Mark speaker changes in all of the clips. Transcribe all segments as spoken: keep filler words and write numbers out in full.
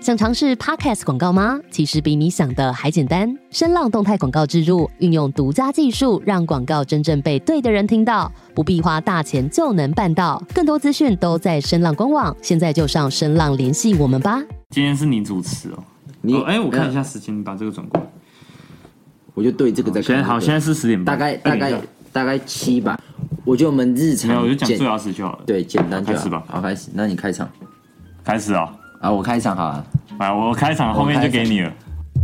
Speaker 1: 想尝试 Podcast 广告吗？其实比你想的还简单。声浪动态广告植入，运用独家技术，让广告真正被对的人听到，不必花大钱就能办到。更多资讯都在声浪官网，现在就上声浪联系我们吧。
Speaker 2: 今天是你主持哦。你哎、哦，我看一下时间，把这个转过来。
Speaker 3: 我就对这个在看、
Speaker 2: 现在好，现在是十点半，
Speaker 3: 大概大概大概七吧。我觉得我们日常
Speaker 2: 没有，我就讲最牙齿就好了。
Speaker 3: 对，简单就好。
Speaker 2: 开始吧。
Speaker 3: 好，开始。那你开场。
Speaker 2: 开始啊！
Speaker 3: 啊，我开场好了。
Speaker 2: 来，我开场，后面就给你了。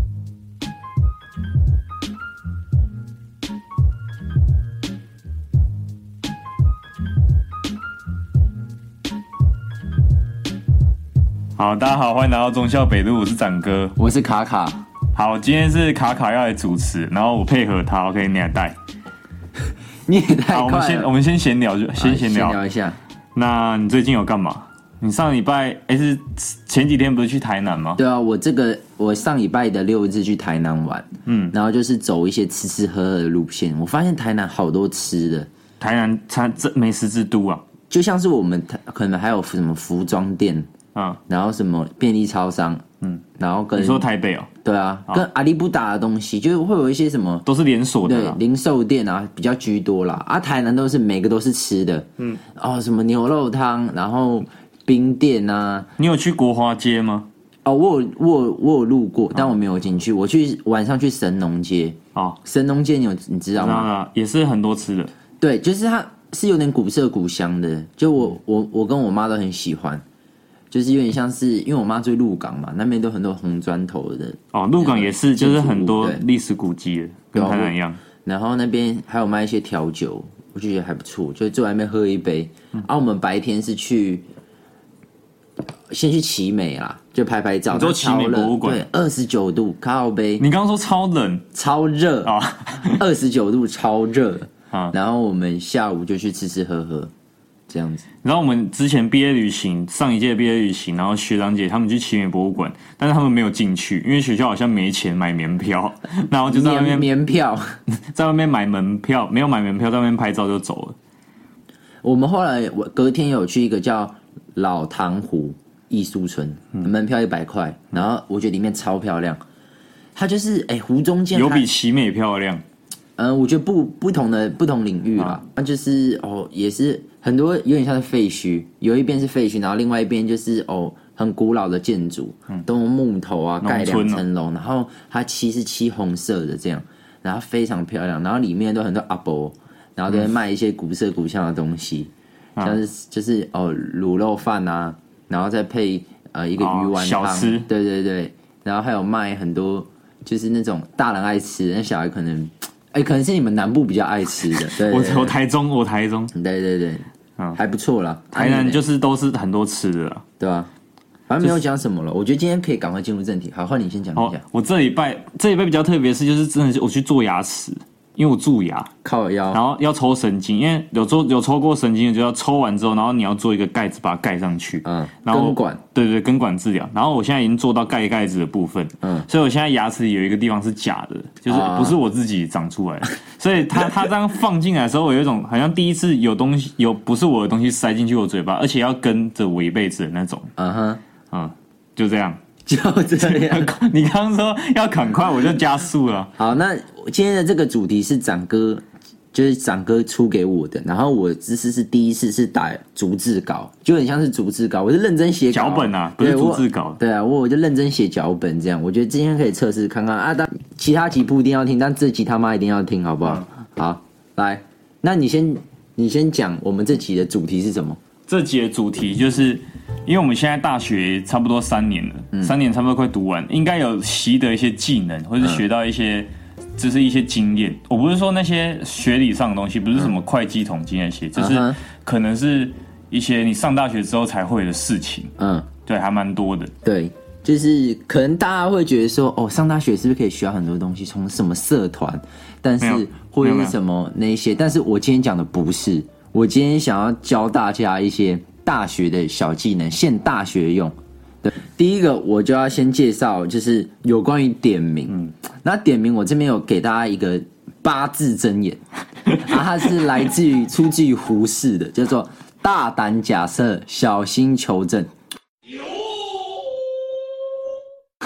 Speaker 2: 好，大家好，欢迎来到忠孝北路，我是展哥，
Speaker 3: 我是卡卡。
Speaker 2: 好，今天是卡卡要来主持，然后我配合他 ，OK， 你来带。
Speaker 3: 你也太快了。
Speaker 2: 好，我们先我们先闲聊，就先闲聊。
Speaker 3: 闲聊一下。
Speaker 2: 那你最近有干嘛？你上礼拜哎、欸、是前几天不是去台南吗？
Speaker 3: 对啊，我这个我上礼拜的六日去台南玩，
Speaker 2: 嗯，
Speaker 3: 然后就是走一些吃吃喝喝的路线。我发现台南好多吃的，
Speaker 2: 台南餐这美食之都啊，
Speaker 3: 就像是我们可能还有什么服装店，
Speaker 2: 嗯，
Speaker 3: 然后什么便利超商，嗯，然后跟
Speaker 2: 你说台北哦，
Speaker 3: 对啊，跟阿里不达的东西，就是会有一些什么
Speaker 2: 都是连锁的，
Speaker 3: 对，零售店啊比较居多啦。啊，台南都是每个都是吃的，嗯，哦，什么牛肉汤，然后冰店啊。
Speaker 2: 你有去国华街吗？
Speaker 3: 哦，我有我有我有路过，但我没有进去。我去晚上去神农街，
Speaker 2: 哦，
Speaker 3: 神农街你有你知道吗？
Speaker 2: 知道，也是很多吃的。
Speaker 3: 对，就是它是有点古色古香的，就我我我跟我妈都很喜欢。就是有点像是，因为我妈住鹿港嘛，那边都很多红砖头的。
Speaker 2: 哦，鹿港也是，就是很多历史古迹的，跟台南一样。
Speaker 3: 然后那边还有卖一些调酒，我就觉得还不错，就坐在那边喝一杯。嗯、啊，我们白天是去先去奇美啦，就拍拍照。
Speaker 2: 你说奇美博物馆？
Speaker 3: 对，二十九度靠杯。
Speaker 2: 你刚刚说超冷、
Speaker 3: 超热
Speaker 2: 啊，
Speaker 3: 二十九度超热啊。然后我们下午就去吃吃喝喝。这样子，
Speaker 2: 然后我们之前毕业旅行，上一届毕业旅行，然后学长姐他们去奇美博物馆，但是他们没有进去，因为学校好像没钱买门票，然后就在外面
Speaker 3: 棉票，
Speaker 2: 在外面买门票，没有买门票，在外面拍照就走了。
Speaker 3: 我们后来我隔天有去一个叫老塘湖艺术村，嗯、门票一百块，然后我觉得里面超漂亮，它就是哎、欸、湖中间
Speaker 2: 有比奇美漂亮。
Speaker 3: 嗯、呃，我觉得不不同的不同领域啦，那、啊、就是哦，也是很多有点像是废墟，有一边是废墟，然后另外一边就是哦很古老的建筑，嗯、都用木头啊盖两层楼，然后它漆是漆红色的这样，然后非常漂亮，然后里面都很多阿伯，然后都会卖一些古色古香的东西，嗯、像是就是哦卤肉饭啊，然后再配呃一个鱼丸汤，
Speaker 2: 哦、小吃，
Speaker 3: 对对对，然后还有卖很多就是那种大人爱吃，那小孩可能。哎、欸，可能是你们南部比较爱吃的。对对对
Speaker 2: 我我台中，我台中。
Speaker 3: 对对对，嗯，还不错啦。
Speaker 2: 台南就是都是很多吃的啦，
Speaker 3: 对吧、啊？反正没有讲什么了。就是、我觉得今天可以赶快进入正题。好，换你先讲一下。
Speaker 2: 哦、我这礼拜这礼拜比较特别的是，就是真的是我去做牙齿。因为我蛀牙，
Speaker 3: 靠腰，
Speaker 2: 然后要抽神经，因为有抽有抽过神经的，就要抽完之后，然后你要做一个盖子把它盖上去，
Speaker 3: 嗯，
Speaker 2: 然后
Speaker 3: 根管，
Speaker 2: 对对对，根管治疗。然后我现在已经做到盖盖子的部分，嗯，所以我现在牙齿里有一个地方是假的，就是不是我自己长出来的，啊、所以它它这样放进来的时候，我有一种好像第一次有东西有不是我的东西塞进去我嘴巴，而且要跟着我一辈子的那种，
Speaker 3: 嗯哼，
Speaker 2: 嗯，就这样。
Speaker 3: 就这样，
Speaker 2: 你刚刚说要赶快，我就加速了。
Speaker 3: 好，那今天的这个主题是展哥，就是展哥出给我的，然后我这次是第一次是打逐字稿，就很像是逐字稿，我是认真写
Speaker 2: 脚本啊，不是逐字稿。
Speaker 3: 对啊，我我就认真写脚本这样，我觉得今天可以测试看看啊。但其他集不一定要听，但这集他妈一定要听，好不好？嗯、好，来，那你先你先讲我们这集的主题是什么？
Speaker 2: 这集的主题就是，因为我们现在大学差不多三年了，嗯、三年差不多快读完，应该有习得一些技能，或是学到一些，嗯、就是一些经验。我不是说那些学理上的东西，不是什么会计统计那些，嗯、就是可能是一些你上大学之后才会的事情。嗯，对，还蛮多的。
Speaker 3: 对，就是可能大家会觉得说，哦，上大学是不是可以学到很多东西？从什么社团，但是或者是什么那些，但是我今天讲的不是。我今天想要教大家一些大学的小技能，限大学用。对，第一个我就要先介绍，就是有关于点名。嗯，那点名我这边有给大家一个八字真言，啊，它是来自于出自于胡适的，叫做大胆假设，小心求证。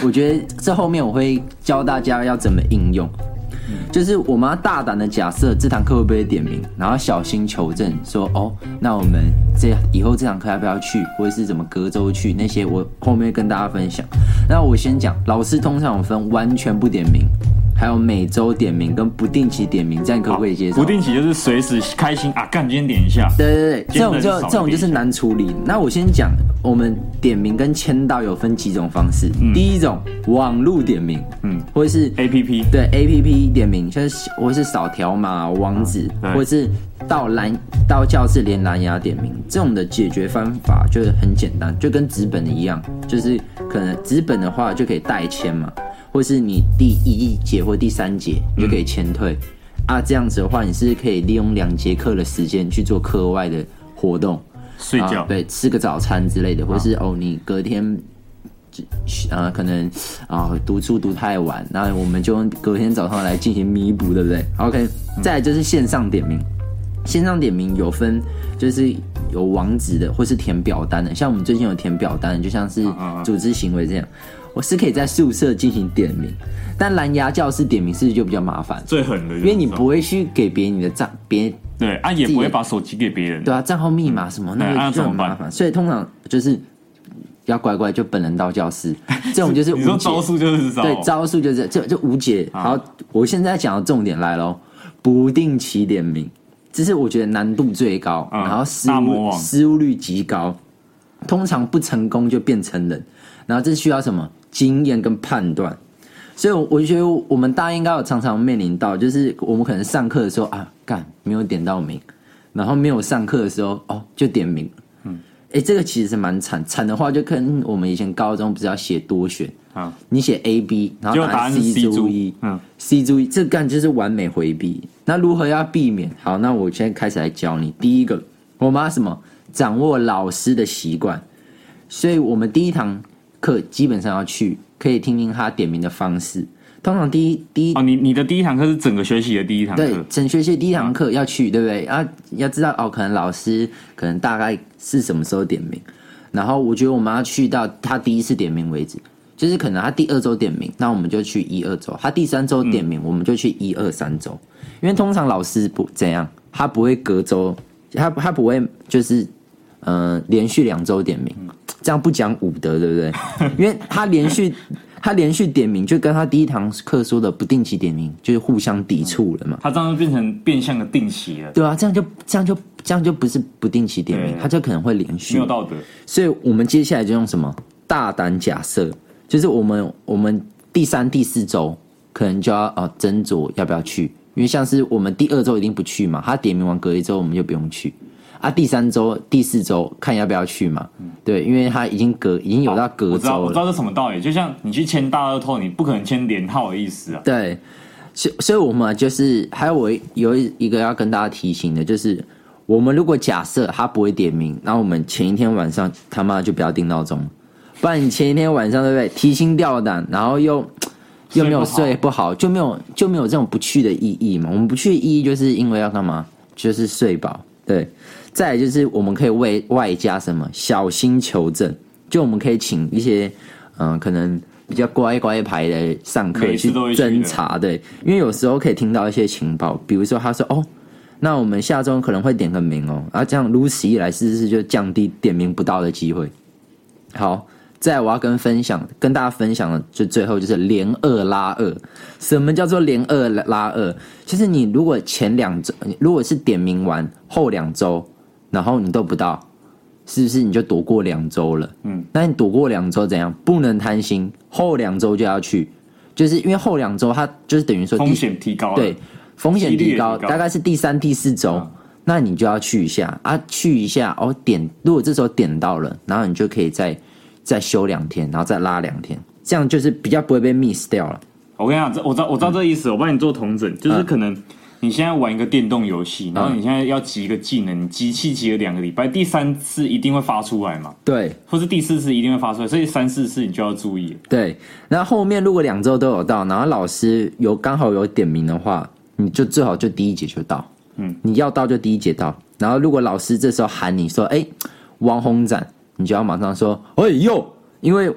Speaker 3: 我觉得这后面我会教大家要怎么应用。就是我们要大胆的假设这堂课会不会点名，然后小心求证说哦，那我们这以后这堂课要不要去，或者是怎么隔周去，那些我后面会跟大家分享。那我先讲，老师通常有分完全不点名，还有每周点名跟不定期点名，这样可不可以接受？
Speaker 2: 不定期就是随时开心啊，干今天点一下。
Speaker 3: 对对对，这种就这种就是难处理。那我先讲，我们点名跟签到有分几种方式。嗯、第一种网路点名，嗯，或者是
Speaker 2: A P P，
Speaker 3: 对 A P P 点名，就是或是扫条码网址，嗯、或者是到蓝到教室连蓝牙点名，这种的解决方法就是很简单，就跟纸本的一样，就是可能纸本的话就可以代签嘛。或是你第一节或第三节，你就可以签退、嗯、啊。这样子的话，你是可以利用两节课的时间去做课外的活动，
Speaker 2: 睡觉，
Speaker 3: 啊、对，吃个早餐之类的，或是哦，你隔天呃可能啊读书读太晚，那我们就用隔天早上来进行弥补，对不对 ？OK，、嗯、再来就是线上点名，线上点名有分就是有网址的，或是填表单的，像我们最近有填表单的，就像是组织行为这样。我是可以在宿舍进行点名，但蓝牙教室点名是不是就比较麻烦？
Speaker 2: 最狠的，
Speaker 3: 因为你不会去给别人你的账，别
Speaker 2: 对啊，也不会把手机给别人，
Speaker 3: 对啊，账号密码什么，那个就很麻烦。所以通常就是要乖乖就本人到教室，这种就是无解。
Speaker 2: 你说招数就是招，
Speaker 3: 对，招数就是就就无解。好，我现在讲的重点来咯，不定期点名，这是我觉得难度最高，嗯、然后失误失误率极高，通常不成功就变成人，然后这需要什么？经验跟判断，所以我觉得我们大家应该有常常面临到，就是我们可能上课的时候啊，干没有点到名，然后没有上课的时候哦就点名，嗯，哎、欸，这个其实是蛮惨，惨的话就跟我们以前高中不是要写多选啊，你写 A B， 然后答案 C 注 E， 嗯 ，C 注 E， 这干就是完美回避。那如何要避免？好，那我现在开始来教你。第一个，我们要什么？掌握老师的习惯，所以我们第一堂课基本上要去，可以听听他点名的方式。通常第一第一
Speaker 2: 哦，你你的第一堂课是整个学期的第一堂课，
Speaker 3: 对，整学期第一堂课要去，对不对？啊，要知道哦，可能老师可能大概是什么时候点名，然后我觉得我们要去到他第一次点名为止，就是可能他第二周点名，那我们就去一二周；他第三周点名，嗯、我们就去一二三周。因为通常老师不怎样，他不会隔周，他他不会就是嗯、呃、连续两周点名。这样不讲武德，对不对？因为他连续他连续点名，就跟他第一堂课说的不定期点名，就是互相抵触了嘛。
Speaker 2: 他这样就变成变相的定期了，
Speaker 3: 对啊，这样就这样就这样就不是不定期点名，他就可能会连续，
Speaker 2: 没有道德。
Speaker 3: 所以我们接下来就用什么大胆假设，就是我们我们第三、第四周可能就要哦斟酌要不要去，因为像是我们第二周一定不去嘛，他点名完隔一周我们就不用去。啊，第三周、第四周看要不要去嘛？嗯、对，因为他已经隔已经有到隔周了。我知道，
Speaker 2: 我知道这什么道理。就像你去签大乐透，你不可能签连号的意思啊。
Speaker 3: 对，所所以我们就是还有我有一个要跟大家提醒的，就是我们如果假设他不会点名，然后我们前一天晚上他妈就不要定闹钟，不然你前一天晚上对不对提心吊胆，然后又又没有睡不好，就没有就没有这种不去的意义嘛。我们不去的意义就是因为要干嘛？就是睡饱，对。再来就是我们可以为外加什么小心求证，就我们可以请一些嗯、呃、可能比较乖乖牌的上课去侦查，对，因为有时候可以听到一些情报，比如说他说哦，那我们下周可能会点个名哦，啊这样如此一来是不是就降低点名不到的机会？好，再来我要跟分享跟大家分享的就最后就是连二拉二。什么叫做连二拉二？就是你如果前两周如果是点名完后两周。然后你都不到，是不是你就躲过两周了？嗯，那你躲过两周怎样？不能贪心，后两周就要去，就是因为后两周它就是等于说
Speaker 2: 风险提高了，
Speaker 3: 对，风险提高，大概是第三、第四周，嗯、那你就要去一下啊，去一下哦，点如果这时候点到了，然后你就可以再再休两天，然后再拉两天，这样就是比较不会被 miss 掉了。
Speaker 2: 我跟你讲，我知道我知道这个意思，嗯、我帮你做统整，就是可能。你现在玩一个电动游戏，然后你现在要集一个技能，你集气集了两个礼拜，第三次一定会发出来嘛？对，或是第四次一定会发出来，所以三四次你就要注意。
Speaker 3: 对，然后后面如果两周都有到，然后老师有刚好有点名的话，你就最好就第一节就到，嗯，你要到就第一节到，然后如果老师这时候喊你说，哎，王宏展，你就要马上说，哎呦，因为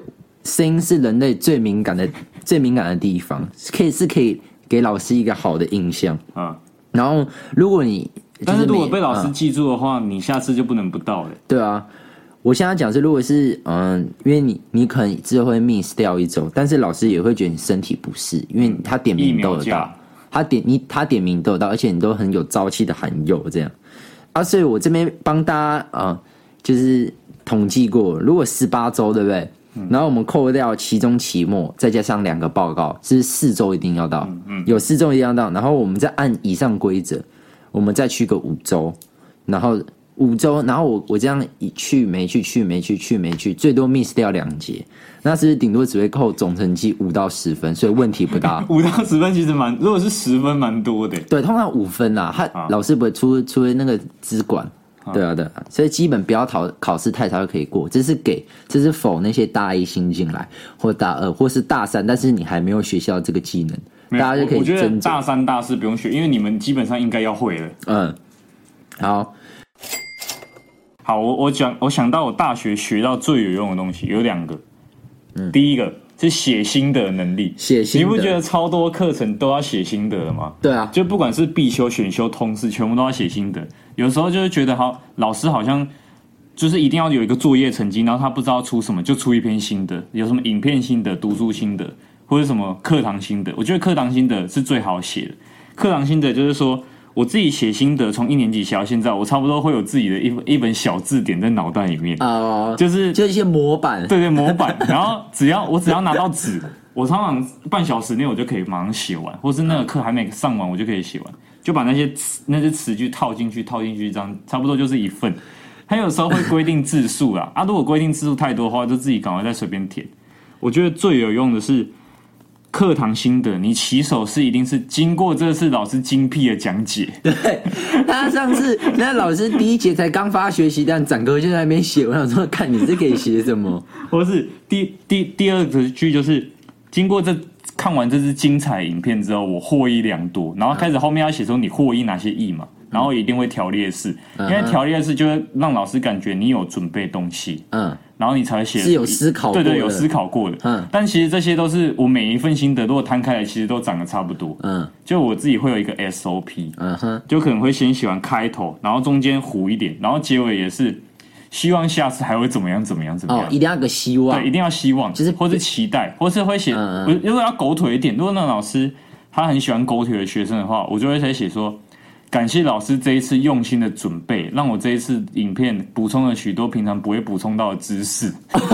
Speaker 3: 声音是人类最敏感的、最敏感的地方，可以是可以给老师一个好的印象。嗯，然后如果你，
Speaker 2: 但是如果被老师记住的话，嗯、你下次就不能不到了。
Speaker 3: 对啊，我现在讲是，如果是嗯，因为你你可能之后会 miss 掉一周，但是老师也会觉得你身体不适，因为他点名都有到，他点你他点名都有到，而且你都很有朝气的喊有这样啊，所以我这边帮大家啊、呃，就是统计过，如果十八周对不对？嗯、然后我们扣掉期中、期末，再加上两个报告，是四周一定要到，嗯嗯、有四周一定要到，然后我们再按以上规则。我们再去个五周，然后五周，然后我我这样一去没去，去没去，去没去，最多 miss 掉两节，那是不是顶多只会扣总成绩五到十分，所以问题不大。
Speaker 2: 五到十分其实蛮，如果是十分蛮多的。
Speaker 3: 对，通常五分啦，他、啊、老师不会出出那个资管，啊对啊对啊，所以基本不要考考试太差就可以过，这是给这是否那些大一新进来，或大二或是大三，但是你还没有学校这个技能。大家就可以
Speaker 2: 我觉得大三、大四不用学，因为你们基本上应该要会了。
Speaker 3: 嗯，好，
Speaker 2: 好，我我讲，我想到我大学学到最有用的东西有两个。嗯，第一个是写心得能力。
Speaker 3: 写心得，
Speaker 2: 你不觉得超多课程都要写心得了吗？
Speaker 3: 对啊，
Speaker 2: 就不管是必修、选修、通识，全部都要写心得。有时候就是觉得，好，老师好像就是一定要有一个作业成绩，然后他不知道出什么，就出一篇心得，有什么影片心得、读书心得。或者什么课堂心得，我觉得课堂心得是最好写的。课堂心得就是说，我自己写心得，从一年级写到现在，我差不多会有自己的一一本小字典在脑袋里面，哦、uh, 就是
Speaker 3: 就一些模板，
Speaker 2: 对对模板。然后只要我只要拿到纸，我常常半小时内我就可以马上写完，或是那个课还没上完，我就可以写完，就把那些那些词句套进去，套进去，这样差不多就是一份。他有时候会规定字数啦，啊，如果规定字数太多的话，就自己赶快再随便填。我觉得最有用的是。课堂心得，你起手是一定是经过这次老师精辟的讲解。
Speaker 3: 对，他上次那老师第一节才刚发学习单，展哥就在那边写，我想说，看你是可以写什么？
Speaker 2: 或是第第第二个句就是经过这看完这支精彩影片之后，我获益良多，然后开始后面要写说你获益哪些益嘛，然后一定会条列式，因为条列式就会让老师感觉你有准备东西，嗯。然后你才会写
Speaker 3: 是有思考过的，
Speaker 2: 对对，有思考过的。嗯，但其实这些都是我每一份心得，如果摊开来，其实都长得差不多。嗯，就我自己会有一个 S O P， 嗯哼，就可能会先写完开头，然后中间糊一点，然后结尾也是希望下次还会怎么样怎么样怎么样。
Speaker 3: 哦，一定要有个希望，
Speaker 2: 对，一定要希望，就是或是期待，或是会写。嗯嗯，如果要狗腿一点，如果那个老师他很喜欢狗腿的学生的话，我就会在写说。感谢老师这一次用心的准备，让我这一次影片补充了许多平常不会补充到的知识。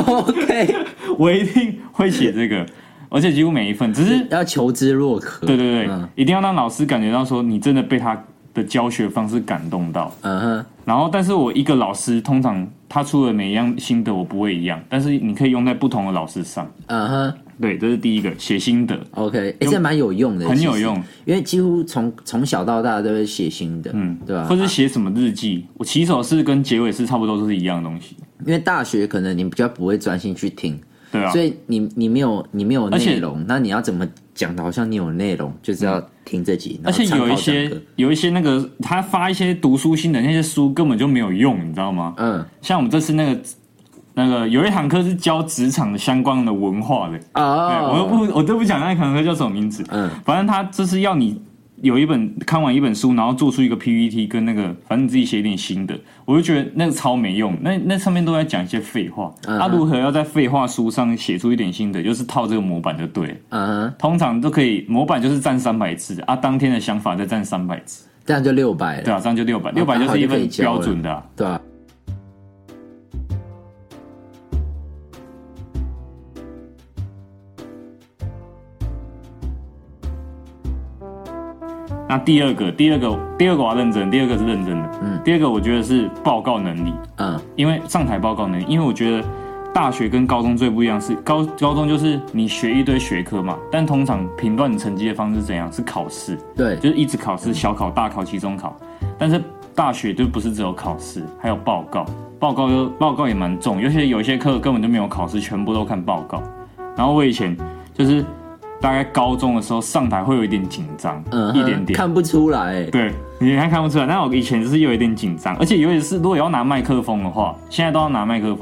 Speaker 3: OK，
Speaker 2: 我一定会写这个，而且几乎每一份，只是
Speaker 3: 要求知若渴。
Speaker 2: 对对对，嗯、一定要让老师感觉到说你真的被他的教学方式感动到。嗯哼。然后，但是我一个老师通常他出的每一样心得我不会一样，但是你可以用在不同的老师上。嗯哼。对，这是第一个写心得。
Speaker 3: OK， 哎、欸，这蛮有用的，
Speaker 2: 很有用，
Speaker 3: 因为几乎从从小到大都会写心得，嗯，对吧？
Speaker 2: 或是写什么日记，我起手式跟结尾式差不多都是一样的东西。
Speaker 3: 因为大学可能你比较不会专心去听，
Speaker 2: 对啊，
Speaker 3: 所以你你没有你没有内容，那你要怎么讲的好像你有内容，就是要听这集。
Speaker 2: 而且有一些有一些那个他发一些读书心得，那些书根本就没有用，你知道吗？嗯，像我们这次那个。那个有一堂课是教职场的相关的文化的哦，我不我都不讲那堂课叫什么名字，嗯，反正他就是要你有一本看完一本书，然后做出一个 P P T 跟那个，反正你自己写一点心得，我就觉得那个超没用，那那上面都在讲一些废话，他、嗯啊、如何要在废话书上写出一点心得，就是套这个模板就对了，嗯，通常都可以，模板就是占三百字啊，当天的想法再占三百字，
Speaker 3: 这样就六百，
Speaker 2: 对啊，这样就六百，六百就是一份标准的、啊，
Speaker 3: 对啊。
Speaker 2: 那第二个，第二个，第二个我要认真，第二个是认真的。嗯，第二个我觉得是报告能力。嗯，因为上台报告能力，因为我觉得大学跟高中最不一样是高高中就是你学一堆学科嘛，但通常评断成绩的方式是怎样？是考试。
Speaker 3: 对，
Speaker 2: 就是一直考试，小考、大考、期中考。但是大学就不是只有考试，还有报告，报告就报告也蛮重，尤其有一些课根本就没有考试，全部都看报告。然后我以前就是。大概高中的时候上台会有一点紧张，嗯，一点点
Speaker 3: 看不出来，
Speaker 2: 对，你还看不出来。但我以前就是有一点紧张，而且尤其是如果要拿麦克风的话，现在都要拿麦克风嘛，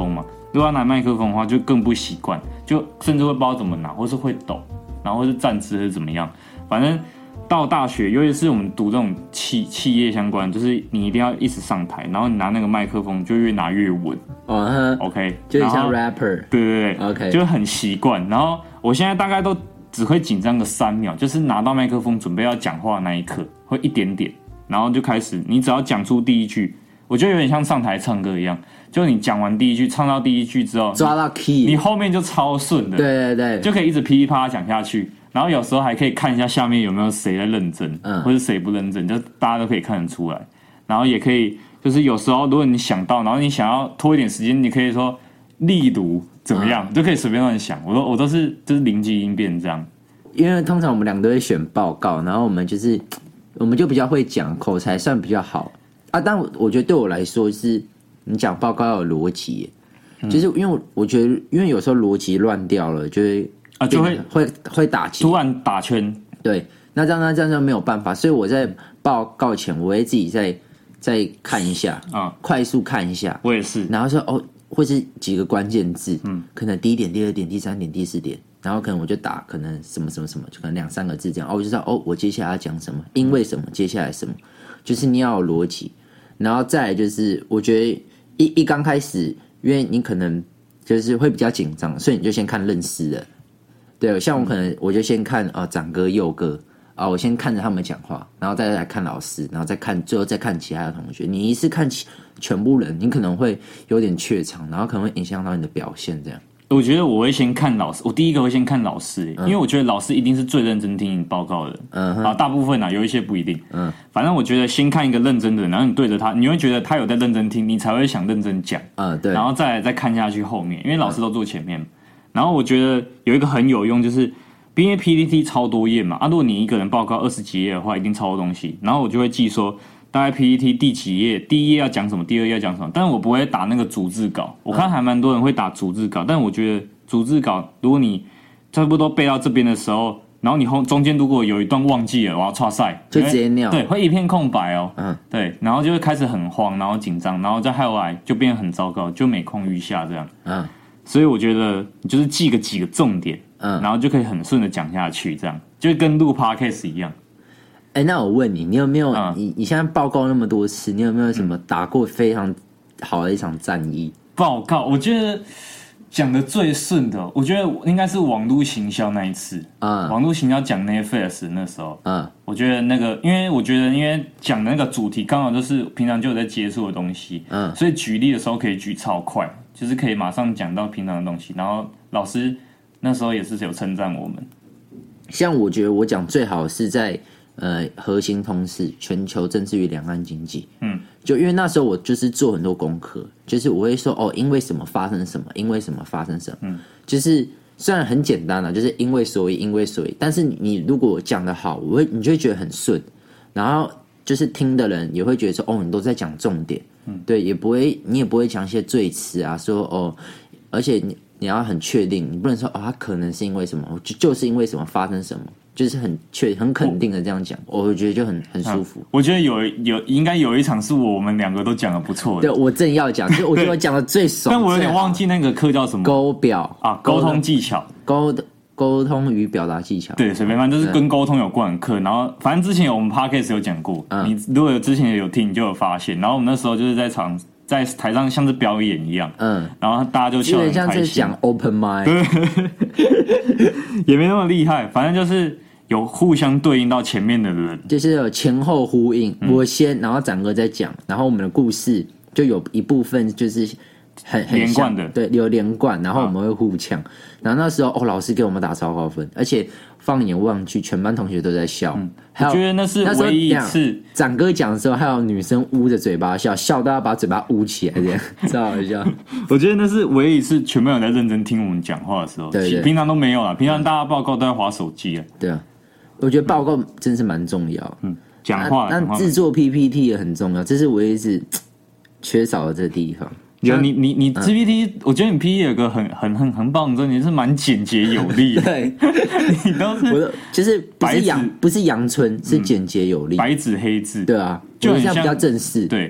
Speaker 2: 如果要拿麦克风的话，就更不习惯，就甚至会不知道怎么拿，或是会抖，然后或是站姿还是怎么样。反正到大学，尤其是我们读这种企企业相关，就是你一定要一直上台，然后你拿那个麦克风就越拿越稳。
Speaker 3: 哦、uh huh,
Speaker 2: ，OK，
Speaker 3: 就很像 rapper。
Speaker 2: 对对对
Speaker 3: ，OK，
Speaker 2: 就很习惯。然后我现在大概都只会紧张个三秒，就是拿到麦克风准备要讲话的那一刻，会一点点，然后就开始，你只要讲出第一句，我觉得有点像上台唱歌一样，就你讲完第一句，唱到第一句之后，
Speaker 3: 抓到 key，
Speaker 2: 你后面就超顺的，
Speaker 3: 对对对，
Speaker 2: 就可以一直噼里啪啦讲下去。然后有时候还可以看一下下面有没有谁在认真，嗯，或者谁不认真，就大家都可以看得出来。然后也可以，就是有时候如果你想到，然后你想要拖一点时间，你可以说例如怎么样，嗯、就可以随便乱想。我都我都是就是灵机应变这样。
Speaker 3: 因为通常我们两个都会选报告，然后我们就是我们就比较会讲，口才算比较好啊。但我我觉得对我来说是，你讲报告要有逻辑，嗯、就是因为我觉得，因为有时候逻辑乱掉了，就会。
Speaker 2: 啊，就会
Speaker 3: 会会打结，
Speaker 2: 突然打圈。
Speaker 3: 对，那这样那这样就没有办法，所以我在报告前，我会自己再再看一下啊，快速看一下。
Speaker 2: 我也是，
Speaker 3: 然后说哦，或是几个关键字，嗯，可能第一点、第二点、第三点、第四点，然后可能我就打可能什么什么什么，就可能两三个字这样，哦，我就知道哦，我接下来要讲什么，因为什么，接下来什么，就是你要有逻辑，然后再来就是我觉得一一刚开始，因为你可能就是会比较紧张，所以你就先看认识的。对，像我可能我就先看啊、呃、长哥佑哥啊、呃，我先看着他们讲话，然后再来看老师，然后再看最后再看其他的同学。你一次看全部人，你可能会有点怯场，然后可能会影响到你的表现。这样，
Speaker 2: 我觉得我会先看老师，我第一个会先看老师、嗯，因为我觉得老师一定是最认真听你报告的人。嗯啊，大部分啊，有一些不一定。嗯，反正我觉得先看一个认真的人，然后你对着他，你会觉得他有在认真听，你才会想认真讲。嗯，对，然后再来再看下去后面，因为老师都坐前面。嗯，然后我觉得有一个很有用，就是因为 P P T 超多页嘛，啊，如果你一个人报告二十几页的话，一定超多东西。然后我就会记说，大概 P P T 第几页，第一页要讲什么，第二页要讲什么。但是我不会打那个逐字稿，我看还蛮多人会打逐字稿，但我觉得逐字稿，如果你差不多背到这边的时候，然后你后中间如果有一段忘记了，我要唰赛，
Speaker 3: 就直接尿，
Speaker 2: 对，会一片空白哦，嗯，对，然后就会开始很慌，然后紧张，然后再后来就变得很糟糕，就每况愈下这样，嗯。所以我觉得你就是记个几个重点，嗯，然后就可以很顺的讲下去，这样就跟录 podcast 一样。
Speaker 3: 哎、欸，那我问你，你有没有、嗯、你你现在报告那么多次，你有没有什么打过非常好的一场战役？
Speaker 2: 报告，我觉得讲的最顺的，我觉得应该是网络行销那一次，嗯，网络行销讲 Netflix 那时候，嗯，我觉得那个，因为我觉得因为讲的那个主题刚好就是平常就有在接触的东西，嗯，所以举例的时候可以举超快。就是可以马上讲到平常的东西，然后老师那时候也是有称赞我们。
Speaker 3: 像我觉得我讲最好是在呃核心通识全球政治与两岸经济，嗯，就因为那时候我就是做很多功课，就是我会说哦，因为什么发生什么，因为什么发生什么，嗯，就是虽然很简单啦，就是因为所以因为所以，但是你如果讲得好，我会你就会觉得很顺，然后就是听的人也会觉得说哦，你都在讲重点。嗯、对，也不会，你也不会讲一些赘词啊，说哦，而且你你要很确定，你不能说哦，他可能是因为什么，就就是因为什么发生什么，就是很确很肯定的这样讲，我, 我觉得就很很舒服、啊。
Speaker 2: 我觉得有有应该有一场是我们两个都讲的不错的，
Speaker 3: 对我正要讲，就我觉得我讲的最爽，
Speaker 2: 但我有点忘记那个课叫什么，
Speaker 3: 沟表
Speaker 2: 啊，沟通技巧，
Speaker 3: 沟的。沟通与表达技巧，
Speaker 2: 对，随便翻就是跟沟通有关的课。然后反正之前有我们 podcast 有讲过，嗯、你如果有之前有听，你就有发现。然后我们那时候就是在场在台上像是表演一样，嗯，然后大家就笑得很开心，
Speaker 3: 基本上是讲 open mind，
Speaker 2: 也没那么厉害，反正就是有互相对应到前面的人，
Speaker 3: 就是有前后呼应。嗯、我先，然后展哥在讲，然后我们的故事就有一部分就是。很很
Speaker 2: 连贯的，
Speaker 3: 对，有连贯，然后我们会互呛，啊、然后那时候哦，老师给我们打超高分，而且放眼望去，全班同学都在笑。嗯、
Speaker 2: 我觉得那是唯一一次，
Speaker 3: 展哥讲的时候，还有女生捂着嘴巴笑，笑到要把嘴巴捂起来，这样超好笑。
Speaker 2: 我觉得那是唯一一次全班有在认真听我们讲话的时候，对对，平常都没有啦，平常大家报告都在滑手机啊。
Speaker 3: 对啊，我觉得报告真是蛮重要。嗯，
Speaker 2: 讲话，
Speaker 3: 那制作 P P T 也很重要，这是唯一是缺少的这个地方。
Speaker 2: 有你你你 P P T，、嗯、我觉得你 P P T 有个很很很很棒的，你是蛮简洁有力的。
Speaker 3: 对，
Speaker 2: 你都是
Speaker 3: 我就是不是阳不是阳春，是简洁有力，
Speaker 2: 白纸黑字。
Speaker 3: 对啊，就很像比较正式。
Speaker 2: 对，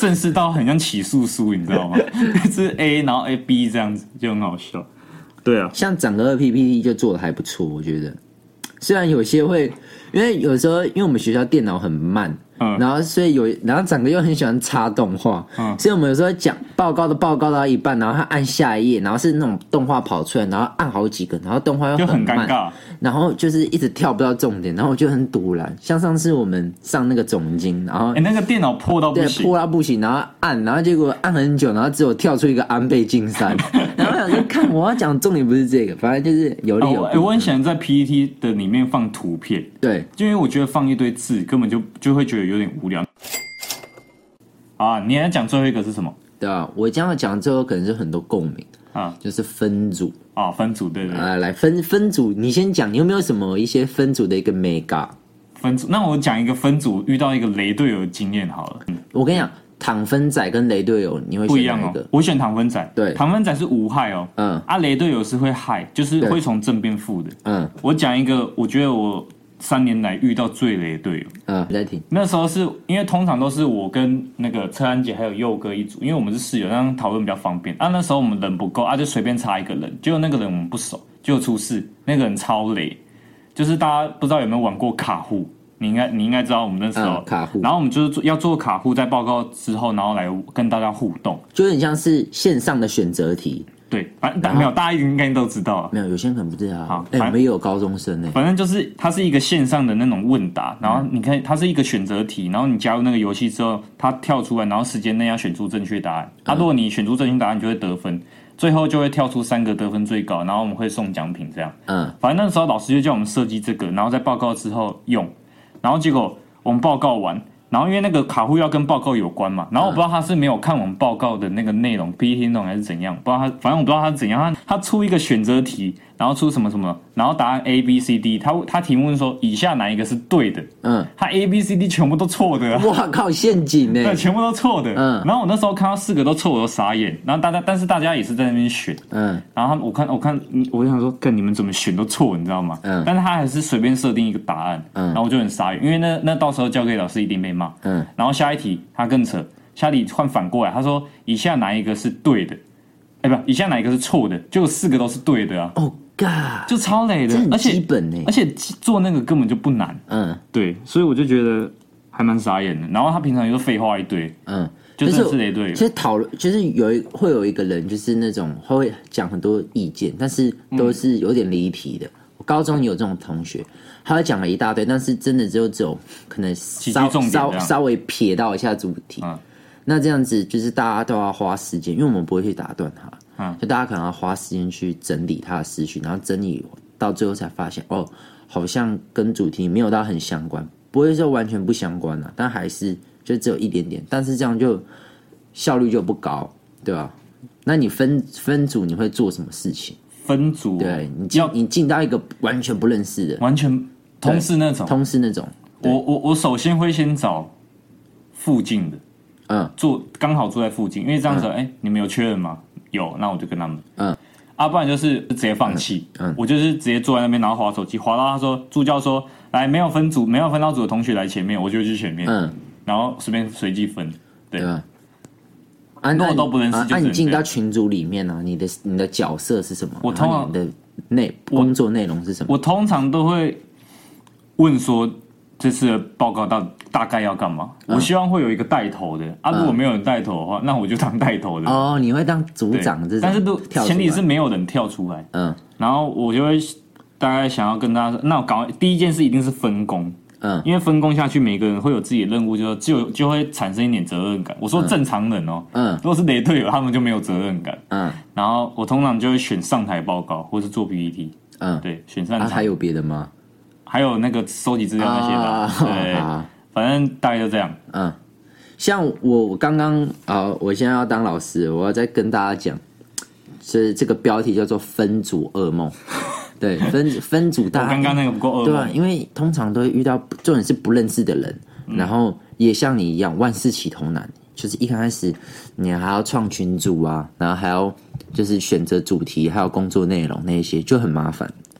Speaker 2: 正式到很像起诉书，你知道吗？是 A 然后 A B 这样子就很好笑。对啊，
Speaker 3: 像整个 P P T 就做的还不错，我觉得。虽然有些会，因为有时候因为我们学校电脑很慢，嗯，然后所以有，然后整个又很喜欢插动画，嗯，所以我们有时候讲报告都报告到一半，然后他按下一页，然后是那种动画跑出来，然后按好几个，然后动画又很慢，就很尴尬，然后就是一直跳不到重点，然后我就很堵然。像上次我们上那个总经，然后
Speaker 2: 哎、欸，那个电脑破到不行，
Speaker 3: 对，破到不行，然后按，然后结果按很久，然后只有跳出一个安倍晋三，然后我想说看我要讲重点不是这个，反正就是有理有
Speaker 2: 哎、哦欸，我很喜欢在 P P T 的里面放图片，
Speaker 3: 对，
Speaker 2: 就因为我觉得放一堆字根本就就会觉得有点无聊。啊，你还讲最后一个是什么？
Speaker 3: 对啊，我将要讲最后可能是很多共鸣啊，就是分组
Speaker 2: 啊，分组对对对，
Speaker 3: 啊，来分分组，你先讲，你有没有什么一些分组的一个 mega
Speaker 2: 分组？那我讲一个分组遇到一个雷队友的经验好了。嗯、
Speaker 3: 我跟你讲，躺分仔跟雷队友你会选哪一个？不一样哦，
Speaker 2: 我选躺分仔。对，躺分仔是无害哦，嗯，啊，雷队友是会害，就是会从正变负的。嗯，我讲一个，我觉得我三年来遇到最雷的队友。
Speaker 3: 嗯，我在听。
Speaker 2: 那时候是因为通常都是我跟那个车安姐还有佑哥一组，因为我们是室友，这样讨论比较方便。啊，那时候我们人不够啊，就随便插一个人，结果那个人我们不熟，结果出事，那个人超雷，就是大家不知道有没有玩过卡户，你应该你应该知道我们那时候、
Speaker 3: 嗯、卡户，
Speaker 2: 然后我们就是要做卡户，在报告之后，然后来跟大家互动，
Speaker 3: 就很像是线上的选择题。
Speaker 2: 对，反正没有，大家应该都知道啊。
Speaker 3: 没有，有些人可能不知道。好，哎、欸，我们也有高中生呢、欸。
Speaker 2: 反正就是它是一个线上的那种问答，然后你看它是一个选择题，然后你加入那个游戏之后，它跳出来，然后时间内要选出正确答案。啊，如果你选出正确答案，你就会得分，最后就会跳出三个得分最高，然后我们会送奖品这样。嗯，反正那时候老师就叫我们设计这个，然后在报告之后用，然后结果我们报告完。然后因为那个卡户要跟报告有关嘛，然后我不知道他是没有看我们报告的那个内容 P P T 内容还是怎样，不知道他，反正我不知道他是怎样，他他出一个选择题，然后出什么什么，然后答案 A B C D， 他他题目是说以下哪一个是对的，嗯，他 A B C D 全部都错的、啊，
Speaker 3: 哇靠，陷阱呢，
Speaker 2: 对，全部都错的，嗯，然后我那时候看到四个都错，我都傻眼，然后大家但是大家也是在那边选，嗯，然后我看我看我就想说，看你们怎么选都错，你知道吗？嗯，但是他还是随便设定一个答案，嗯，然后我就很傻眼，因为那那到时候交给老师一定被骂，嗯，然后下一题他更扯，下一题换反过来，他说以下哪一个是对的？哎、欸，不，以下哪一个是错的？结果四个都是对的啊！
Speaker 3: 哦、oh, ，God，
Speaker 2: 就超累的，
Speaker 3: 而且基本呢，
Speaker 2: 而且做那个根本就不难。嗯，对，所以我就觉得还蛮傻眼的。然后他平常也都废话一堆，嗯，就真的是雷队友。
Speaker 3: 其实讨论就是有一会有一个人，就是那种他会讲很多意见，但是都是有点离题的。我高中有这种同学，他会讲了一大堆，但是真的只有只有可能稍稍稍微瞥到一下主题。嗯，那这样子就是大家都要花时间，因为我们不会去打断他，嗯，就大家可能要花时间去整理他的思绪，然后整理到最后才发现，哦，好像跟主题没有到很相关，不会说完全不相关啊，但还是就只有一点点，但是这样就效率就不高，对吧？那你分分组你会做什么事情？
Speaker 2: 分组，
Speaker 3: 对你进你进到一个完全不认识的，
Speaker 2: 完全通识那种，
Speaker 3: 通识那种，
Speaker 2: 我我我首先会先找附近的。嗯，坐刚好坐在附近，因为这样子，哎、嗯欸，你们有确认吗？有，那我就跟他们。嗯，啊，不然就是直接放弃。嗯，嗯我就是直接坐在那边，然后滑手机，滑到他说助教说来没有分组，没有分到组的同学来前面，我就去前面。嗯，然后随便随机分。对。对啊，如果都不认识就，
Speaker 3: 那、啊啊、你进到群组里面呢、啊？你的你的角色是什么？我通常的内工作内容是什么？
Speaker 2: 我通常都会问说。这次的报告到大概要干嘛？嗯、我希望会有一个带头的啊，如果没有人带头的话，那我就当带头的。
Speaker 3: 哦，你会当组长这种，
Speaker 2: 但是都前提是没有人跳出来。嗯，然后我就会大概想要跟大家说，那我搞第一件事一定是分工。嗯，因为分工下去，每个人会有自己的任务，就就就会产生一点责任感。我说正常人哦，嗯，如果是雷队友，他们就没有责任感。嗯，然后我通常就会选上台报告，或是做 P P T。嗯，对，选上台。
Speaker 3: 啊，还有别的吗？
Speaker 2: 还有那个收集资料那些的，啊、对、啊，反正大概就这样。
Speaker 3: 嗯，像我我刚刚啊，我现在要当老师，我要再跟大家讲，是这个标题叫做分组噩梦。对，分分组大家，
Speaker 2: 我刚刚那个不够噩梦，
Speaker 3: 对啊，因为通常都会遇到重点是不认识的人，嗯、然后也像你一样万事起头难，就是一开始你还要创群组啊，然后还要就是选择主题，还有工作内容那些就很麻烦。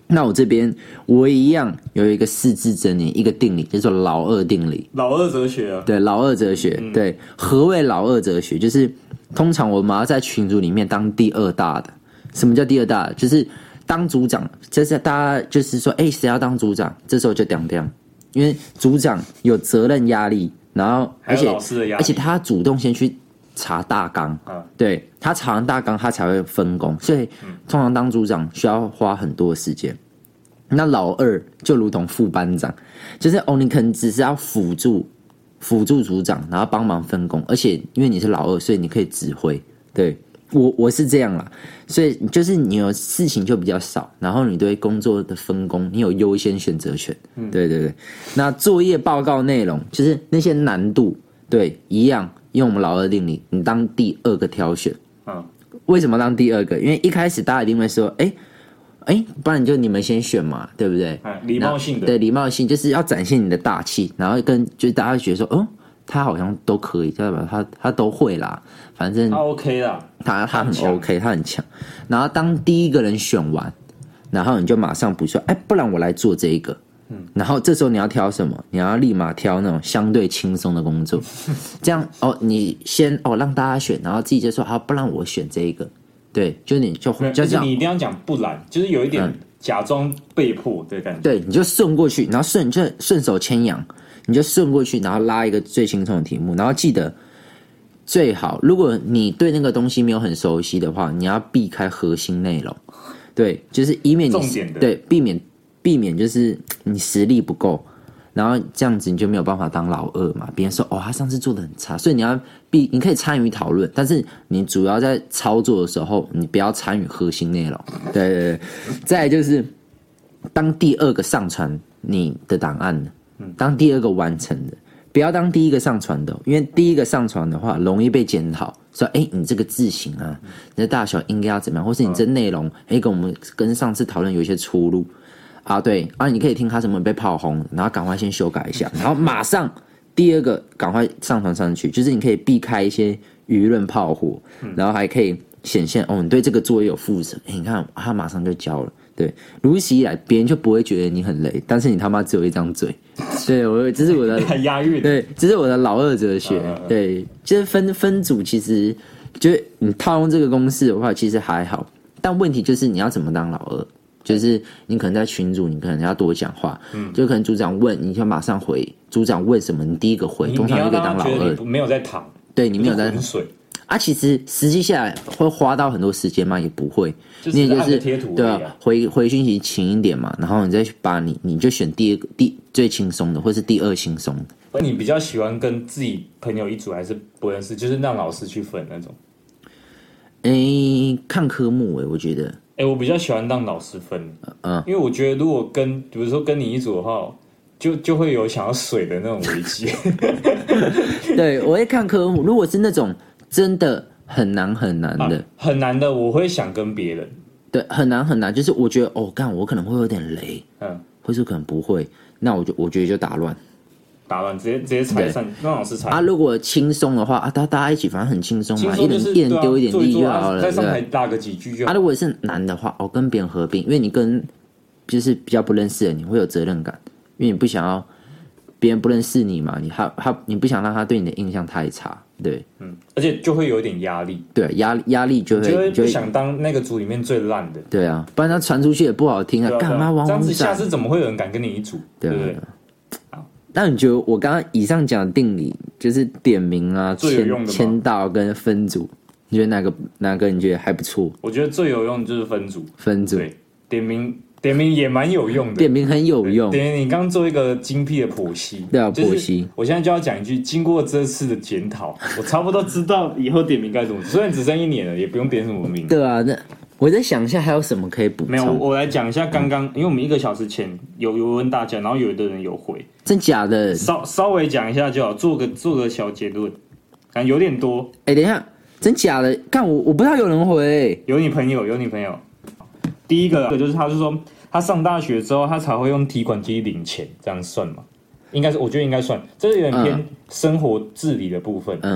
Speaker 3: 那我这边我一样有一个四字真言，一个定理，叫做老二定理。
Speaker 2: 老二哲学啊，
Speaker 3: 对，老二哲学。嗯、对，何谓老二哲学？就是通常我们要在群组里面当第二大的。什么叫第二大的？就是当组长，就是大家就是说，哎，谁要当组长？这时候就叮叮，因为组长有责任压力，然后而且而且他主动先去查大纲，嗯、对他查完大纲，他才会分工，所以通常当组长需要花很多时间。那老二就如同副班长，就是哦，你可能只是要辅助辅助组长，然后帮忙分工，而且因为你是老二，所以你可以指挥。对我我是这样啦，所以就是你有事情就比较少，然后你对工作的分工你有优先选择权。嗯、对对对，那作业报告内容就是那些难度，对，一样。用我们老二定理，你当第二个挑选。嗯，为什么当第二个？因为一开始大家一定会说，哎、欸，哎、欸，不然就你们先选嘛，对不对？
Speaker 2: 礼貌性的，
Speaker 3: 对，礼貌性就是要展现你的大气，然后跟就是大家会觉得说，哦，他好像都可以，代表他他都会啦，反正
Speaker 2: 他 OK 啦，
Speaker 3: 他他很 OK， 他很强。然后当第一个人选完，然后你就马上补说，哎、欸，不然我来做这一个。嗯，然后这时候你要挑什么？你要立马挑那种相对轻松的工作，这样哦，你先哦让大家选，然后自己就说好，不然我选这一个，对，就你就就这样，
Speaker 2: 你一定要讲不然，就是有一点假装被迫的感觉，
Speaker 3: 对，你就顺过去，然后顺就顺手牵羊，你就顺过去，然后拉一个最轻松的题目，然后记得最好，如果你对那个东西没有很熟悉的话，你要避开核心内容，对，就是以免你
Speaker 2: 重点的
Speaker 3: 对避免。避免就是你实力不够，然后这样子你就没有办法当老二嘛。别人说哦，他上次做的很差，所以你要避，你可以参与讨论，但是你主要在操作的时候，你不要参与核心内容。对对对，再来就是当第二个上传你的档案的，当第二个完成的，不要当第一个上传的，因为第一个上传的话容易被检讨，说哎，你这个字形啊，你的大小应该要怎么样，或是你这内容哎跟我们跟上次讨论有一些出入。啊，对啊，你可以听他什么被炮轰，然后赶快先修改一下，然后马上第二个赶快上传上去，就是你可以避开一些舆论炮火，然后还可以显现哦，你对这个作业有负责。你看他马上就交了，对，如此一来，别人就不会觉得你很累，但是你他妈只有一张嘴。对我，这是我的
Speaker 2: 很押韵，
Speaker 3: 对，这是我的老二哲学。嗯嗯嗯对，就是分分组，其实就是你套用这个公式的话，其实还好，但问题就是你要怎么当老二。就是你可能在群组，你可能要多讲话，嗯，就可能组长问，你就马上回。组长问什么，你第一个回，通常就可以当老二。
Speaker 2: 你没有在躺，
Speaker 3: 对你没有在
Speaker 2: 浑水
Speaker 3: 啊。其实实际下来会花到很多时间吗？也不会，
Speaker 2: 就是
Speaker 3: 你也就是
Speaker 2: 贴图，
Speaker 3: 对啊，回回讯息勤一点嘛，然后你再把你你就选第二个第最轻松的，或是第二轻松的。
Speaker 2: 那你比较喜欢跟自己朋友一组，还是不认识？就是让老师去分那种？
Speaker 3: 哎、欸，看科目哎、欸，我觉得。
Speaker 2: 哎、欸，我比较喜欢让老师分，嗯，因为我觉得如果跟，比如说跟你一组的话，就就会有想要水的那种危机。
Speaker 3: 对，我会看科目，如果是那种真的很难很难的，啊、
Speaker 2: 很难的，我会想跟别人。
Speaker 3: 对，很难很难，就是我觉得哦，干我可能会有点雷，嗯，或是可能不会，那我就我觉得就打乱。
Speaker 2: 打乱，直接直接拆散，让老师拆。
Speaker 3: 啊，如果轻松的话啊，大大家一起，反正很轻松嘛，一人一人丢一点力就好了，
Speaker 2: 在上台打个几句就好。
Speaker 3: 啊，如果是难的话，哦，跟别人合并，因为你跟就是比较不认识的，你会有责任感，因为你不想要别人不认识你嘛，你他他你不想让他对你的印象太差，对，
Speaker 2: 嗯，而且就会有一点压力，
Speaker 3: 对，压压力就会
Speaker 2: 就会不想当那个组里面最烂的，
Speaker 3: 对啊，不然他传出去也不好听啊，干嘛王
Speaker 2: 这样子，下次怎么会有人敢跟你一组，对不对？
Speaker 3: 那你觉得我刚刚以上讲的定理，就是点名啊、签签到跟分组，你觉得哪个哪个你觉得还不错？
Speaker 2: 我觉得最有用的就是分组，
Speaker 3: 分组，
Speaker 2: 对，点名点名也蛮有用的，
Speaker 3: 点名很有用。
Speaker 2: 点名你刚做一个精辟的剖析，
Speaker 3: 对啊，剖析。
Speaker 2: 我现在就要讲一句，经过这次的检讨，我差不多知道以后点名该怎么。虽然只剩一年了，也不用点什么名。
Speaker 3: 对啊，那我在想一下还有什么可以补充。
Speaker 2: 没有，我来讲一下刚刚，因为我们一个小时前有有问大家，然后有的人有回。
Speaker 3: 真假的？
Speaker 2: 稍稍微讲一下就好，做个做个小结论，感觉有点多。
Speaker 3: 哎、欸，等一下，真假的？看我我不知道有人回、欸，
Speaker 2: 有你朋友，有你朋友。第一个就是他是说，他上大学之后，他才会用提款机领钱，这样算吗？应该是，我觉得应该算，这是有点偏生活自理的部分。嗯，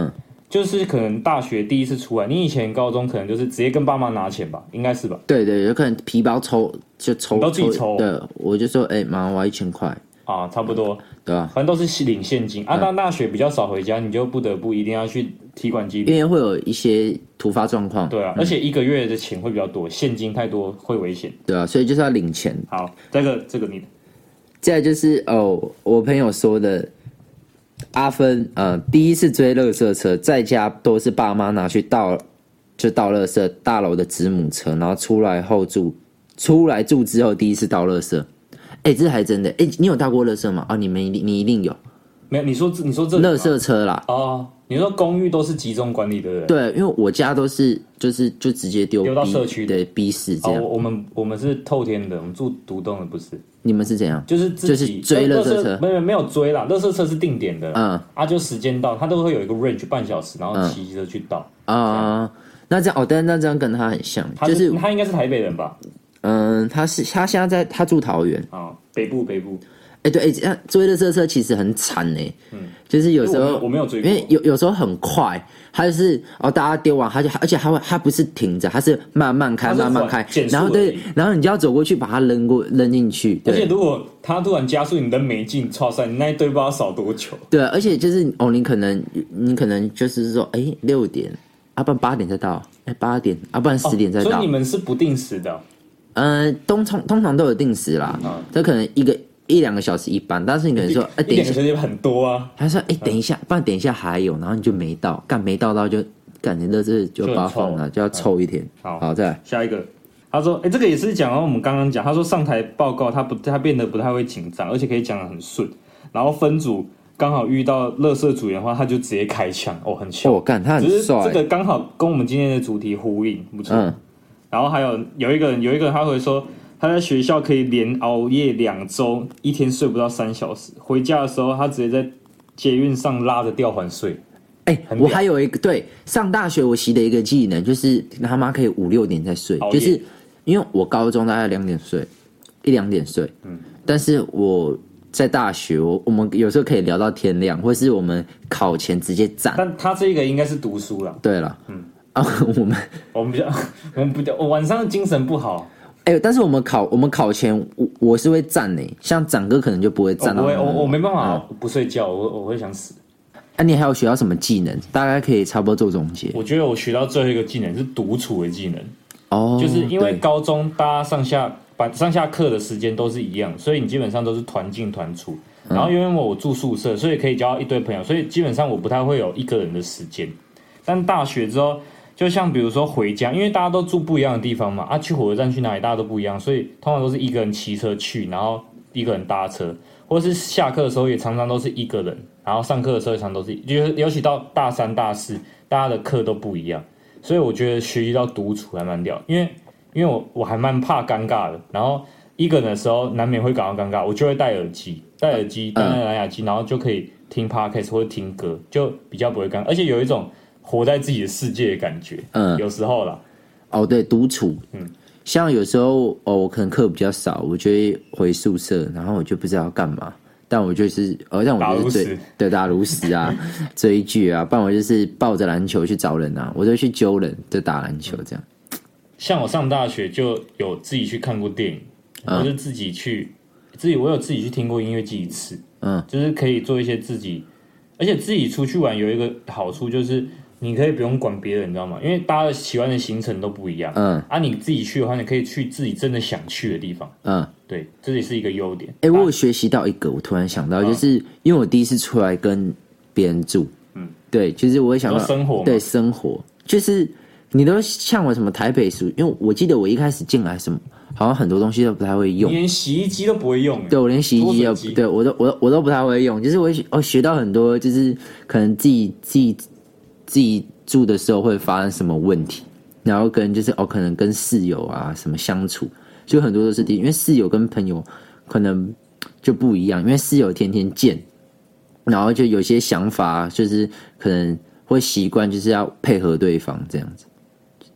Speaker 2: 就是可能大学第一次出来，你以前高中可能就是直接跟爸妈拿钱吧，应该是吧？
Speaker 3: 对对，有可能皮包抽就抽，
Speaker 2: 你都自己抽。
Speaker 3: 对，我就说，哎、欸，妈，我要一千块
Speaker 2: 啊，差不多，
Speaker 3: 对吧、啊？
Speaker 2: 反正都是领现金。啊，当大学比较少回家，你就不得不一定要去提款机，
Speaker 3: 因为会有一些突发状况。
Speaker 2: 对啊、嗯，而且一个月的钱会比较多，现金太多会危险。
Speaker 3: 对啊，所以就是要领钱。
Speaker 2: 好，这个这个你的。
Speaker 3: 再来就是哦，我朋友说的。阿芬，呃，第一次追垃圾车，在家都是爸妈拿去倒，就倒垃圾大楼的子母车，然后出来后住，出来住之后第一次倒垃圾，哎、欸，这还真的，哎、欸，你有倒过垃圾吗？哦，你们一定，你一定有，
Speaker 2: 没有？你说你说这
Speaker 3: 垃圾车啦？
Speaker 2: 哦，你说公寓都是集中管理的，
Speaker 3: 对，因为我家都是就是就直接丢
Speaker 2: 丢到社区，
Speaker 3: 对 B 室这样、
Speaker 2: 哦。我们我们是透天的，我们住独栋的，不是。
Speaker 3: 你们是怎样？
Speaker 2: 就是自己
Speaker 3: 就是追垃圾车，
Speaker 2: 没有没有追啦，垃圾车是定点的，
Speaker 3: 嗯，
Speaker 2: 啊，就时间到，它都会有一个 range 半小时，然后骑车去倒
Speaker 3: 啊、嗯嗯。那这样哦，但那这样跟他很像，
Speaker 2: 他
Speaker 3: 是就是
Speaker 2: 他应该是台北人吧？
Speaker 3: 嗯，他是他现在在他住桃园
Speaker 2: 啊、哦，北部北部。
Speaker 3: 哎、欸，对，哎、欸，追垃圾车其实很惨哎，嗯，就是有时候
Speaker 2: 我没有追过，
Speaker 3: 因为有有时候很快，它就是哦，大家丢完，它就而且它会它不是停着，它是慢慢开慢慢开，然后对，然后你就要走过去把它扔过扔进去，
Speaker 2: 而且如果它突然加速，你扔没进，超赛，你那一堆不知道少多久。
Speaker 3: 对，而且就是哦，你可能你可能就是说，哎、欸，六点，啊，不然八点再到，哎、欸，八点，啊，不然十点再到、
Speaker 2: 哦，所以你们是不定时的、哦？
Speaker 3: 嗯、呃，通常通常都有定时啦，这、嗯、可能一个。一两个小时一班，但是你可能说，哎、欸，等一下，
Speaker 2: 一两个小时很多啊。
Speaker 3: 他说，哎、欸，等一下，不然等一下还有，然后你就没到，干没到到就干你的这就发疯了，就要抽一天。
Speaker 2: 好，
Speaker 3: 好，再来
Speaker 2: 下一个。他说，哎、欸，这个也是讲到我们刚刚讲，他说上台报告他不他变得不太会紧张，而且可以讲得很顺。然后分组刚好遇到垃圾组员的话，他就直接开枪，哦，很凶。
Speaker 3: 我干，他很帅。
Speaker 2: 只是这个刚好跟我们今天的主题呼应，不错。嗯。然后还有有一个人，有一个人他会说。他在学校可以连熬夜两周，一天睡不到三小时。回家的时候，他直接在捷运上拉着吊环睡。
Speaker 3: 哎、欸，我还有一个对上大学我习的一个技能，就是他妈可以五六点再睡，就是因为我高中大概两点睡，一两点睡，嗯，但是我在大学，我我们有时候可以聊到天亮，或是我们考前直接站。
Speaker 2: 但他这个应该是读书啦。
Speaker 3: 对了，嗯啊，我们
Speaker 2: 我们比较我们比较，我晚上精神不好。
Speaker 3: 哎、欸，但是我们考我们考前我我是会站呢、欸，像展哥可能就不会站到。
Speaker 2: 我不会，我我没办法、嗯、不睡觉，我我会想死。
Speaker 3: 啊，你还有学到什么技能？大概可以差不多做总结。
Speaker 2: 我觉得我学到最后一个技能是独处的技能。
Speaker 3: 哦，
Speaker 2: 就是因为高中大家上下班上下课的时间都是一样，所以你基本上都是团进团出。然后因为我住宿舍，所以可以交到一堆朋友，所以基本上我不太会有一个人的时间。但大学之后。就像比如说回家，因为大家都住不一样的地方嘛，啊，去火车站去哪里大家都不一样，所以通常都是一个人骑车去，然后一个人搭车，或者是下课的时候也常常都是一个人，然后上课的时候也常常都是，就是尤其到大三大四，大家的课都不一样，所以我觉得学习到独处还蛮屌，因为因为我我还蛮怕尴尬的，然后一个人的时候难免会感到尴尬，我就会戴耳机，戴耳机戴那个蓝牙机，然后就可以听 podcast 或者听歌，就比较不会尴尬，而且有一种。活在自己的世界的感觉，嗯，有时候啦，
Speaker 3: 哦，对，独处，嗯，像有时候哦，我可能课比较少，我就会回宿舍，然后我就不知道要干嘛，但我就是，哦，但我就是追，对，打炉石啊，追剧啊，不然我就是抱着篮球去找人啊，我就去揪人，就打篮球这样。
Speaker 2: 像我上大学就有自己去看过电影，嗯、我就自己去，自己我有自己去听过音乐季一次，嗯，就是可以做一些自己，而且自己出去玩有一个好处就是。你可以不用管别人，你知道吗？因为大家喜欢的行程都不一样。嗯，啊，你自己去的话，你可以去自己真的想去的地方。嗯，对，这也是一个优点。
Speaker 3: 哎、欸，我有学习到一个，我突然想到，就是因为我第一次出来跟别人住，嗯，对，其实我会想到
Speaker 2: 生活，
Speaker 3: 对生活，就是你都像我什么台北熟，因为我记得我一开始进来什么，好像很多东西都不太会用，
Speaker 2: 你连洗衣机都不会用。
Speaker 3: 对，我连洗衣机都，对我都我都我都不太会用，就是我我学到很多，就是可能自己自己。自己住的时候会发生什么问题，然后跟就是哦，可能跟室友啊什么相处，就很多都是因为室友跟朋友可能就不一样，因为室友天天见，然后就有些想法就是可能会习惯就是要配合对方这样子，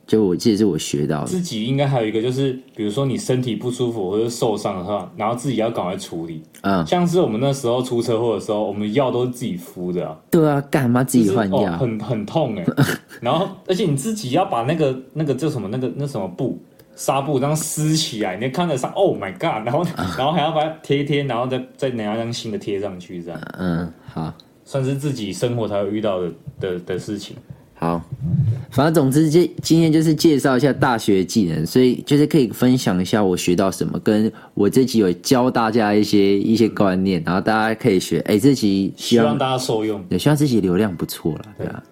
Speaker 3: 就我记得是我学到的。
Speaker 2: 自己应该还有一个就是，比如说你身体不舒服或者受伤的话，然后自己要赶快处理。嗯，像是我们那时候出车祸的时候，我们药都是自己敷的啊。
Speaker 3: 对啊，干嘛自己换药？
Speaker 2: 就是哦、很很痛哎、欸。然后，而且你自己要把那个那个叫什么那个那什么布纱布这样撕起来，你看得上 ，Oh my God！ 然后然后还要把它贴一贴，然后再再拿张新的贴上去，这样。
Speaker 3: 嗯，好，
Speaker 2: 算是自己生活才会遇到的的的事情。
Speaker 3: 好，反正总之，这今天就是介绍一下大学技能，所以就是可以分享一下我学到什么，跟我这集有教大家一些一些观念，然后大家可以学。哎、欸，这集希望
Speaker 2: 希望大家受用，
Speaker 3: 对，希望这集流量不错了，对啊。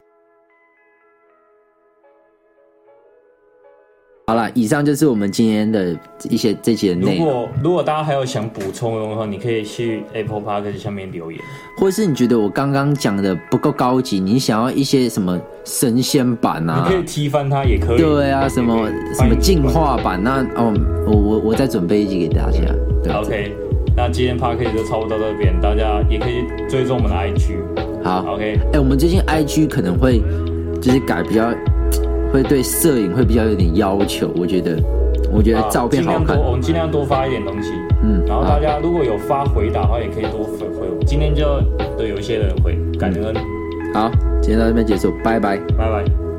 Speaker 3: 好了，以上就是我们今天的一些这集的内容。
Speaker 2: 如果如果大家还有想补充的话，你可以去 Apple Podcast 下面留言，
Speaker 3: 或是你觉得我刚刚讲的不够高级，你想要一些什么神仙版啊？
Speaker 2: 你可以踢翻它也可以。
Speaker 3: 对啊，什么什么进化版？那哦，我我我再准备一集给大家。对
Speaker 2: OK， 那今天 Podcast 就差不多到这边，大家也可以追踪我们的 I G。
Speaker 3: 好
Speaker 2: ，OK。
Speaker 3: 哎、欸，我们最近 I G 可能会就是改比较。会对摄影会比较有点要求，我觉得，我觉得照片好看，
Speaker 2: 我们尽量多发一点东西，嗯，然后大家如果有发回答的话，也可以多回回我。今天就都有一些人回，感恩。
Speaker 3: 好，今天到这边结束，拜拜，
Speaker 2: 拜拜。